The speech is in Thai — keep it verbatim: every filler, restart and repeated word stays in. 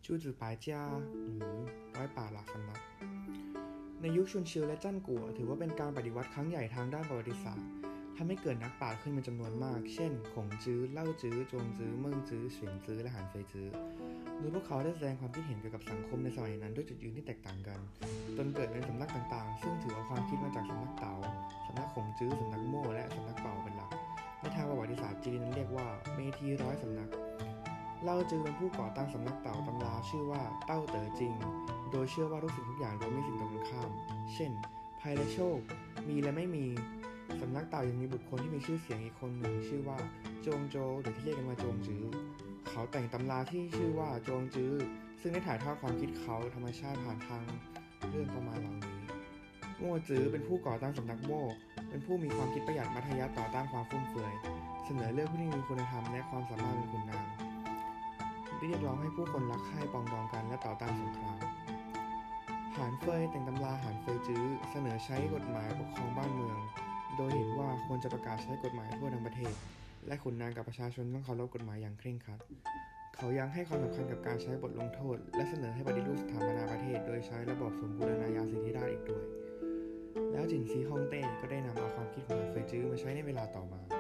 จูจือปายจ้าหรือร้อยป่าหลักสำนักในยุคชุนชิวและจั่นกัวถือว่าเป็นการปฏิวัติครั้งใหญ่ทางด้านประวัติศาสตร์ทำให้เกิดนักปราชญ์ขึ้นเป็นจำนวนมากเช่นขงจื้อเล่าจื้อจงจื้อเมิ่งจื้อเฉินจื้อและหานเฟยจื้อโดยพวกเขาได้แสดงความคิดเห็นเกี่ยวกับสังคมในสมัยนั้นด้วยจุดยืนที่แตกต่างกันจนเกิดเป็นสำนักต่างๆซึ่งถือเอาความคิดมาจากสำนักเต๋าสำนักขงจื้อสำนักโม่และสำนักเป่าเป็นหลักในทางประวัติศาสตร์จีนนั้นเรียกว่าเมธีร้อยสำนักเล่าจื้อเป็นผู้ก่อตั้งสำนักเต๋าตำราชื่อว่าเต้าเต๋อจริงโดยเชื่อว่าทุกสิ่งทุกอย่างล้วนมีสิ่งตรงกันข้ามเช่นภัยและโชคมีและไม่มีสำนักเต่ายังมีบุคคลที่มีชื่อเสียงอีกคนหนึ่งชื่อว่าโจงโจหรือที่เรียกกันว่าโจงจื้อเขาแต่งตำราที่ชื่อว่าโจงจื้อซึ่งได้ถ่ายทอดความคิดเขาธรรมชาติผ่านทางเรื่องประมาณเหล่านี้โม่จื้อเป็นผู้ก่อตั้งสำนักโม่เป็นผู้มีความคิดประหยัดมัธยัสถ์ต่อต้านความฟุ่มเฟือยเสนอเรื่องผู้ที่มีคุณธรรมและความสามารถเป็นขุนนางเรียกร้องให้ผู้คนรักใคร่ปองดองกันและต่อต้านสงครามหานเฟยแต่งตำราหานเฟยจื้อเสนอใช้กฎหมายปกครองบ้านเมืองโดยเห็นว่าควรจะประกาศใช้กฎหมายทั่วทั้งประเทศและขุนนางกับประชาชนต้องเคารพกฎหมายอย่างเคร่งครัดเขายังให้ความสำคัญกับการใช้บทลงโทษและเสนอให้ปฏิรูปสถาปนาประเทศโดยใช้ระบอบสมบูรณาญาสิทธิราชย์อีกด้วยแล้วจินซีฮ่องเต้ก็ได้นำเอาความคิดของหานเฟยจื้อมาใช้ในเวลาต่อมา